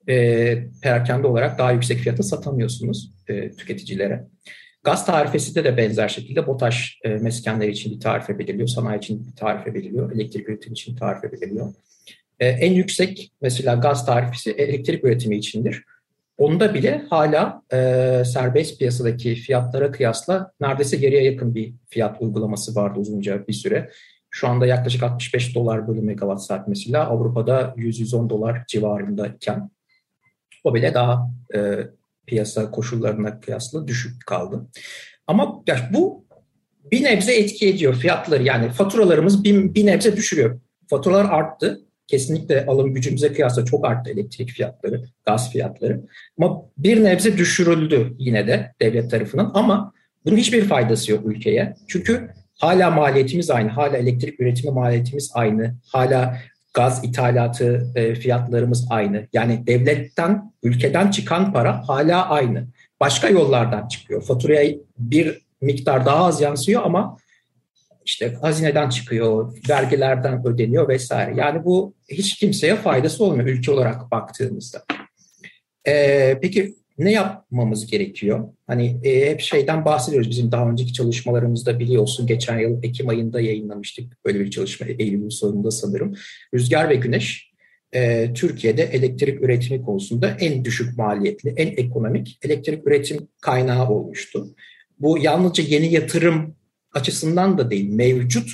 E, perakende olarak daha yüksek fiyata satamıyorsunuz e, tüketicilere. Gaz tarifesinde de benzer şekilde BOTAŞ e, meskenleri için bir tarife belirliyor, sanayi için bir tarife belirliyor, elektrik üretimi için bir tarife belirliyor. E, en yüksek mesela gaz tarifesi elektrik üretimi içindir. Onda bile hala e, serbest piyasadaki fiyatlara kıyasla neredeyse yarıya yakın bir fiyat uygulaması vardı uzunca bir süre. Şu anda yaklaşık altmış beş dolar bölü megawatt saat mesela Avrupa'da yüz yüz on dolar civarındayken o bile daha e, piyasa koşullarına kıyasla düşük kaldı. Ama ya bu bir nebze etki ediyor fiyatları. Yani faturalarımız bir, bir nebze düşürüyor. Faturalar arttı. Kesinlikle alım gücümüze kıyasla çok arttı elektrik fiyatları, gaz fiyatları. Ama bir nebze düşürüldü yine de devlet tarafından. Ama bunun hiçbir faydası yok ülkeye. Çünkü hala maliyetimiz aynı. Hala elektrik üretimi maliyetimiz aynı. Hala gaz ithalatı e, fiyatlarımız aynı. Yani devletten, ülkeden çıkan para hala aynı. Başka yollardan çıkıyor. Faturaya bir miktar daha az yansıyor ama işte hazineden çıkıyor, vergilerden ödeniyor vesaire. Yani bu hiç kimseye faydası olmuyor ülke olarak baktığımızda. Ee, peki ne yapmamız gerekiyor? Hani e, hep şeyden bahsediyoruz. Bizim daha önceki çalışmalarımızda biliyorsun. Geçen yıl Ekim ayında yayınlamıştık böyle bir çalışma. Eylül sonunda sanırım. Rüzgar ve güneş e, Türkiye'de elektrik üretimi konusunda en düşük maliyetli, en ekonomik elektrik üretim kaynağı olmuştu. Bu yalnızca yeni yatırım açısından da değil, mevcut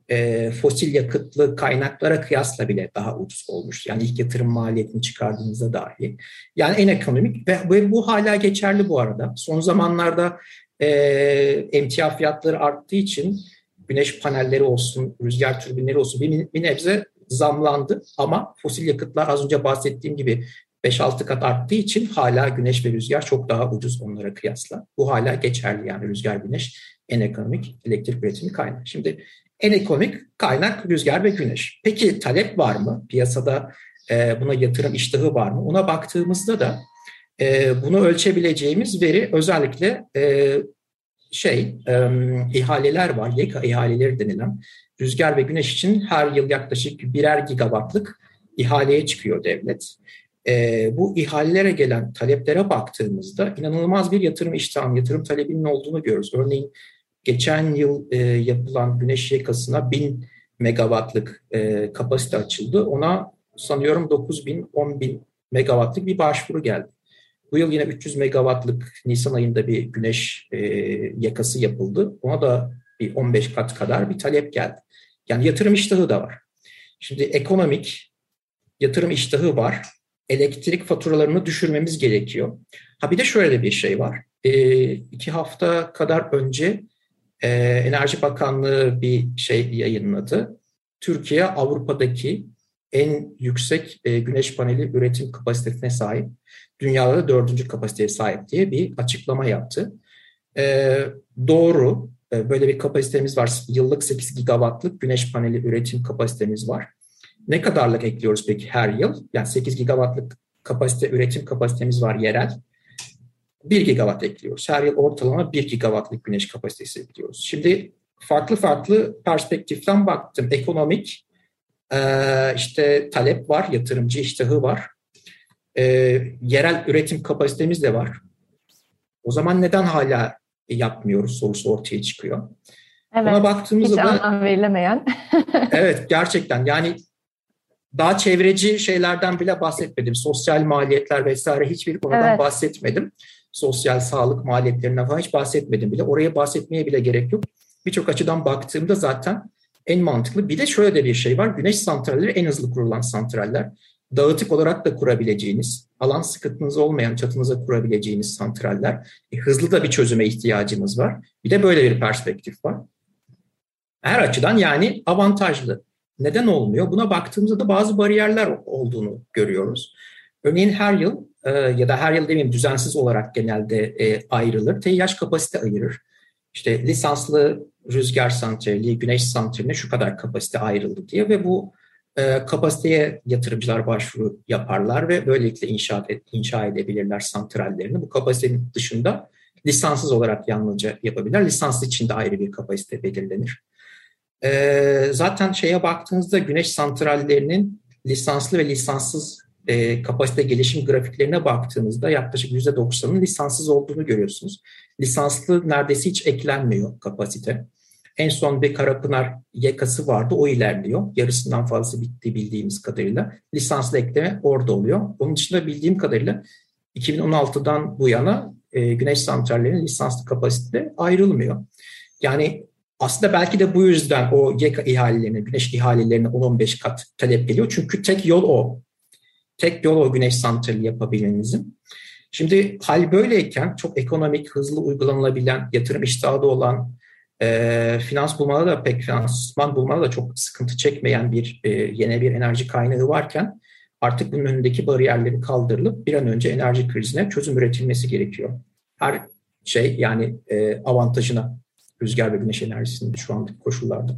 e, fosil yakıtlı kaynaklara kıyasla bile daha ucuz olmuş. Yani ilk yatırım maliyetini çıkardığınızda dahi. Yani en ekonomik ve, ve bu hala geçerli bu arada. Son zamanlarda e, emtia fiyatları arttığı için güneş panelleri olsun, rüzgar türbinleri olsun bir, bir nebze zamlandı. Ama fosil yakıtlar az önce bahsettiğim gibi beş altı kat arttığı için hala güneş ve rüzgar çok daha ucuz onlara kıyasla. Bu hala geçerli yani rüzgar, güneş en ekonomik elektrik üretimi kaynağı. Şimdi en ekonomik kaynak rüzgar ve güneş. Peki talep var mı? Piyasada e, buna yatırım iştahı var mı? Ona baktığımızda da e, bunu ölçebileceğimiz veri özellikle e, şey e, ihaleler var. YEKA ihaleleri denilen rüzgar ve güneş için her yıl yaklaşık birer gigawattlık ihaleye çıkıyor devlet. E, bu ihalelere gelen taleplere baktığımızda inanılmaz bir yatırım iştahının, yatırım talebinin olduğunu görüyoruz. Örneğin geçen yıl e, yapılan güneş yakasına bin megawattlık e, kapasite açıldı. Ona sanıyorum dokuz bin on bin megawattlık bir başvuru geldi. Bu yıl yine üç yüz megawattlık Nisan ayında bir güneş e, yakası yapıldı. Ona da bir on beş kat kadar bir talep geldi. Yani yatırım iştahı da var. Şimdi ekonomik yatırım iştahı var. Elektrik faturalarını düşürmemiz gerekiyor. Ha bir de şöyle bir şey var. E, iki hafta kadar önce e, Enerji Bakanlığı bir şey yayınladı. Türkiye Avrupa'daki en yüksek e, güneş paneli üretim kapasitesine sahip. Dünyada da dördüncü kapasiteye sahip diye bir açıklama yaptı. E, doğru. E, böyle bir kapasitemiz var. Yıllık sekiz gigawattlık güneş paneli üretim kapasitemiz var. Ne kadarlık ekliyoruz peki her yıl? Yani sekiz gigawattlık kapasite, üretim kapasitemiz var yerel. bir gigawatt ekliyoruz. Her yıl ortalama bir gigawattlık güneş kapasitesi ekliyoruz. Şimdi farklı farklı perspektiften baktım. Ekonomik, işte talep var, yatırımcı iştahı var. Yerel üretim kapasitemiz de var. O zaman neden hala yapmıyoruz sorusu ortaya çıkıyor. Evet, ona baktığımızda hiç da anlam verilemeyen. evet, gerçekten yani daha çevreci şeylerden bile bahsetmedim. Sosyal maliyetler vesaire hiçbir konudan evet. bahsetmedim. Sosyal sağlık maliyetlerinden falan hiç bahsetmedim bile. Oraya bahsetmeye bile gerek yok. Birçok açıdan baktığımda zaten en mantıklı. Bir de şöyle de bir şey var. Güneş santralleri en hızlı kurulan santraller. Dağıtık olarak da kurabileceğiniz, alan sıkıntınız olmayan çatınıza kurabileceğiniz santraller. E, hızlı da bir çözüme ihtiyacımız var. Bir de böyle bir perspektif var. Her açıdan yani avantajlı. Neden olmuyor? Buna baktığımızda da bazı bariyerler olduğunu görüyoruz. Örneğin her yıl e, ya da her yıl demeyeyim düzensiz olarak genelde e, ayrılır. T İ H kapasite ayırır. İşte lisanslı rüzgar santrali, güneş santraline şu kadar kapasite ayrıldı diye ve bu e, kapasiteye yatırımcılar başvuru yaparlar ve böylelikle inşa, et, inşa edebilirler santrallerini. Bu kapasitenin dışında lisanssız olarak yalnızca yapabilirler. Lisanslı için de ayrı bir kapasite belirlenir. E, zaten şeye baktığınızda güneş santrallerinin lisanslı ve lisanssız e, kapasite gelişim grafiklerine baktığınızda yaklaşık yüzde doksanın lisanssız olduğunu görüyorsunuz. Lisanslı neredeyse hiç eklenmiyor kapasite. En son bir Karapınar yakası vardı, o ilerliyor. Yarısından fazlası bitti bildiğimiz kadarıyla. Lisanslı ekleme orada oluyor. Onun dışında bildiğim kadarıyla iki bin on altıdan bu yana e, güneş santrallerinin lisanslı kapasite ayrılmıyor. Yani aslında belki de bu yüzden o YEKA ihalelerine, güneş ihalelerine on on beş kat talep geliyor. Çünkü tek yol o. Tek yol o güneş santrali yapabilmenizin. Şimdi hal böyleyken çok ekonomik, hızlı uygulanılabilen, yatırım iştahı da olan, e, finans bulmada da pek finansman bulmada da çok sıkıntı çekmeyen bir e, yeni bir enerji kaynağı varken artık bunun önündeki bariyerleri kaldırılıp bir an önce enerji krizine çözüm üretilmesi gerekiyor. Her şey yani e, avantajına rüzgar ve güneş enerjisinin şu andaki koşullarda.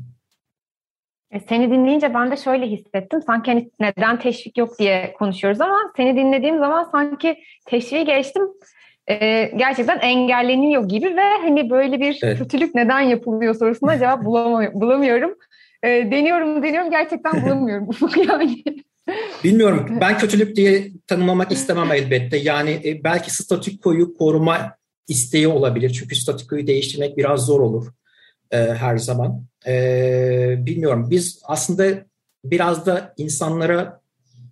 Seni dinleyince ben de şöyle hissettim. Sanki hani neden teşvik yok diye konuşuyoruz ama seni dinlediğim zaman sanki teşviği geçtim. Ee, gerçekten engelleniyor gibi ve hani böyle bir evet. kötülük neden yapılıyor sorusuna cevap bulamıyorum. bulamıyorum. Ee, deniyorum deniyorum gerçekten bulamıyorum. yani. Bilmiyorum. Ben kötülük diye tanımlamak istemem elbette. Yani belki statükoyu koruma isteği olabilir. Çünkü statükoyu değiştirmek biraz zor olur e, her zaman. E, bilmiyorum. Biz aslında biraz da insanlara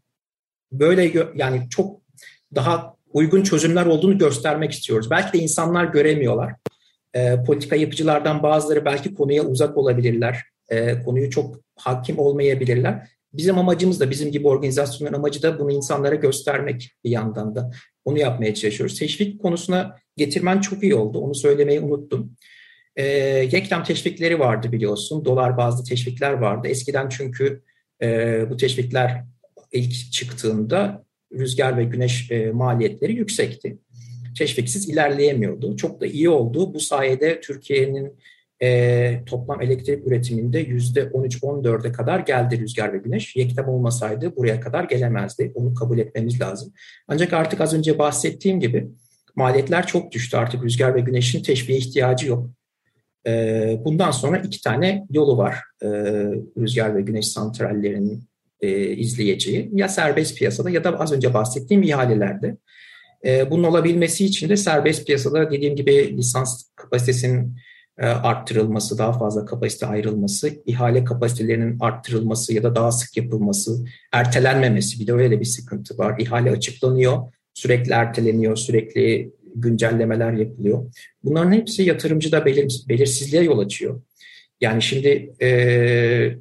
böyle yani çok daha uygun çözümler olduğunu göstermek istiyoruz. Belki de insanlar göremiyorlar. E, politika yapıcılardan bazıları belki konuya uzak olabilirler. E, konuyu çok hakim olmayabilirler. Bizim amacımız da, bizim gibi organizasyonların amacı da bunu insanlara göstermek bir yandan da. Onu yapmaya çalışıyoruz. Teşvik konusuna getirmen çok iyi oldu. Onu söylemeyi unuttum. E, Yeklem teşvikleri vardı biliyorsun. Dolar bazlı teşvikler vardı. Eskiden çünkü e, bu teşvikler ilk çıktığında rüzgar ve güneş e, maliyetleri yüksekti. Teşviksiz ilerleyemiyordu. Çok da iyi oldu. Bu sayede Türkiye'nin e, toplam elektrik üretiminde yüzde on üç on dörde kadar geldi rüzgar ve güneş. Yeklem olmasaydı buraya kadar gelemezdi. Onu kabul etmemiz lazım. Ancak artık az önce bahsettiğim gibi maliyetler çok düştü. Artık rüzgar ve güneşin teşviğe ihtiyacı yok. E, bundan sonra iki tane yolu var e, rüzgar ve güneş santrallerinin e, izleyeceği. Ya serbest piyasada ya da az önce bahsettiğim ihalelerde. E, bunun olabilmesi için de serbest piyasada dediğim gibi lisans kapasitesinin e, arttırılması, daha fazla kapasite ayrılması, ihale kapasitelerinin arttırılması ya da daha sık yapılması, ertelenmemesi, bir de öyle bir sıkıntı var. İhale açıklanıyor, sürekli erteleniyor, sürekli güncellemeler yapılıyor. Bunların hepsi yatırımcıda belir, belirsizliğe yol açıyor. Yani şimdi e,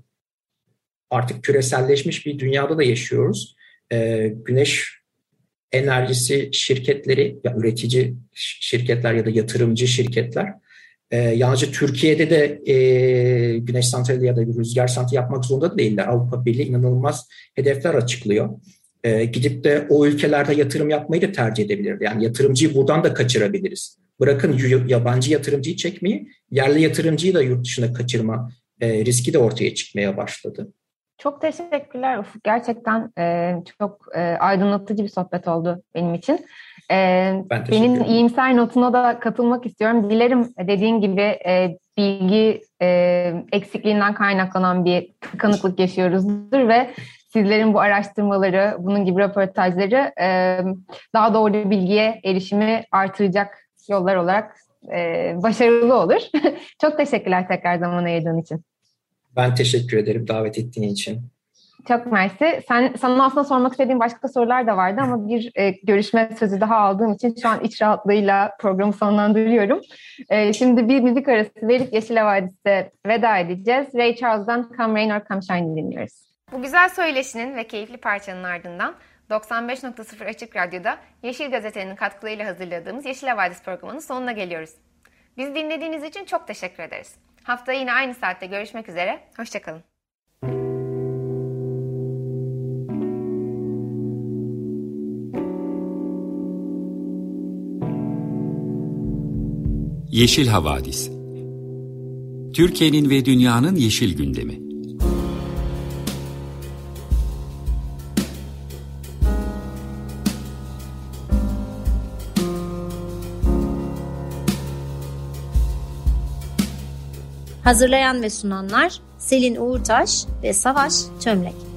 artık küreselleşmiş bir dünyada da yaşıyoruz. E, güneş enerjisi şirketleri, ya üretici şirketler ya da yatırımcı şirketler, e, yalnızca Türkiye'de de e, güneş santrali ya da rüzgar santrali yapmak zorunda değiller. Avrupa Birliği inanılmaz hedefler açıklıyor. E, gidip de o ülkelerde yatırım yapmayı da tercih edebilir. Yani yatırımcıyı buradan da kaçırabiliriz. Bırakın yabancı yatırımcıyı çekmeyi, yerli yatırımcıyı da yurt dışına kaçırma e, riski de ortaya çıkmaya başladı. Çok teşekkürler Ufuk. Gerçekten e, çok e, aydınlatıcı bir sohbet oldu benim için. E, benim iyimser notuna da katılmak istiyorum. Dilerim dediğin gibi e, bilgi e, eksikliğinden kaynaklanan bir tıkanıklık yaşıyoruzdur ve sizlerin bu araştırmaları, bunun gibi röportajları e, daha doğru bilgiye erişimi artıracak yollar olarak e, başarılı olur. Çok teşekkürler tekrar zaman ayırdığın için. Ben teşekkür ederim davet ettiğin için. Çok mersi. Sen, sana aslında sormak istediğim başka sorular da vardı ama bir e, görüşme sözü daha aldığım için şu an iç rahatlığıyla programı sonlandırıyorum. E, şimdi bir müzik arası verip Yeşil Havadis'e veda edeceğiz. Ray Charles'dan Come Rain or Come Shine dinliyoruz. Bu güzel söyleşinin ve keyifli parçanın ardından doksan beş nokta sıfır Açık Radyo'da Yeşil Gazete'nin katkılarıyla hazırladığımız Yeşil Havadis programının sonuna geliyoruz. Bizi dinlediğiniz için çok teşekkür ederiz. Haftaya yine aynı saatte görüşmek üzere. Hoşçakalın. Yeşil Havadis. Türkiye'nin ve dünyanın yeşil gündemi. Hazırlayan ve sunanlar Selin Uğurtaş ve Savaş Çömlek.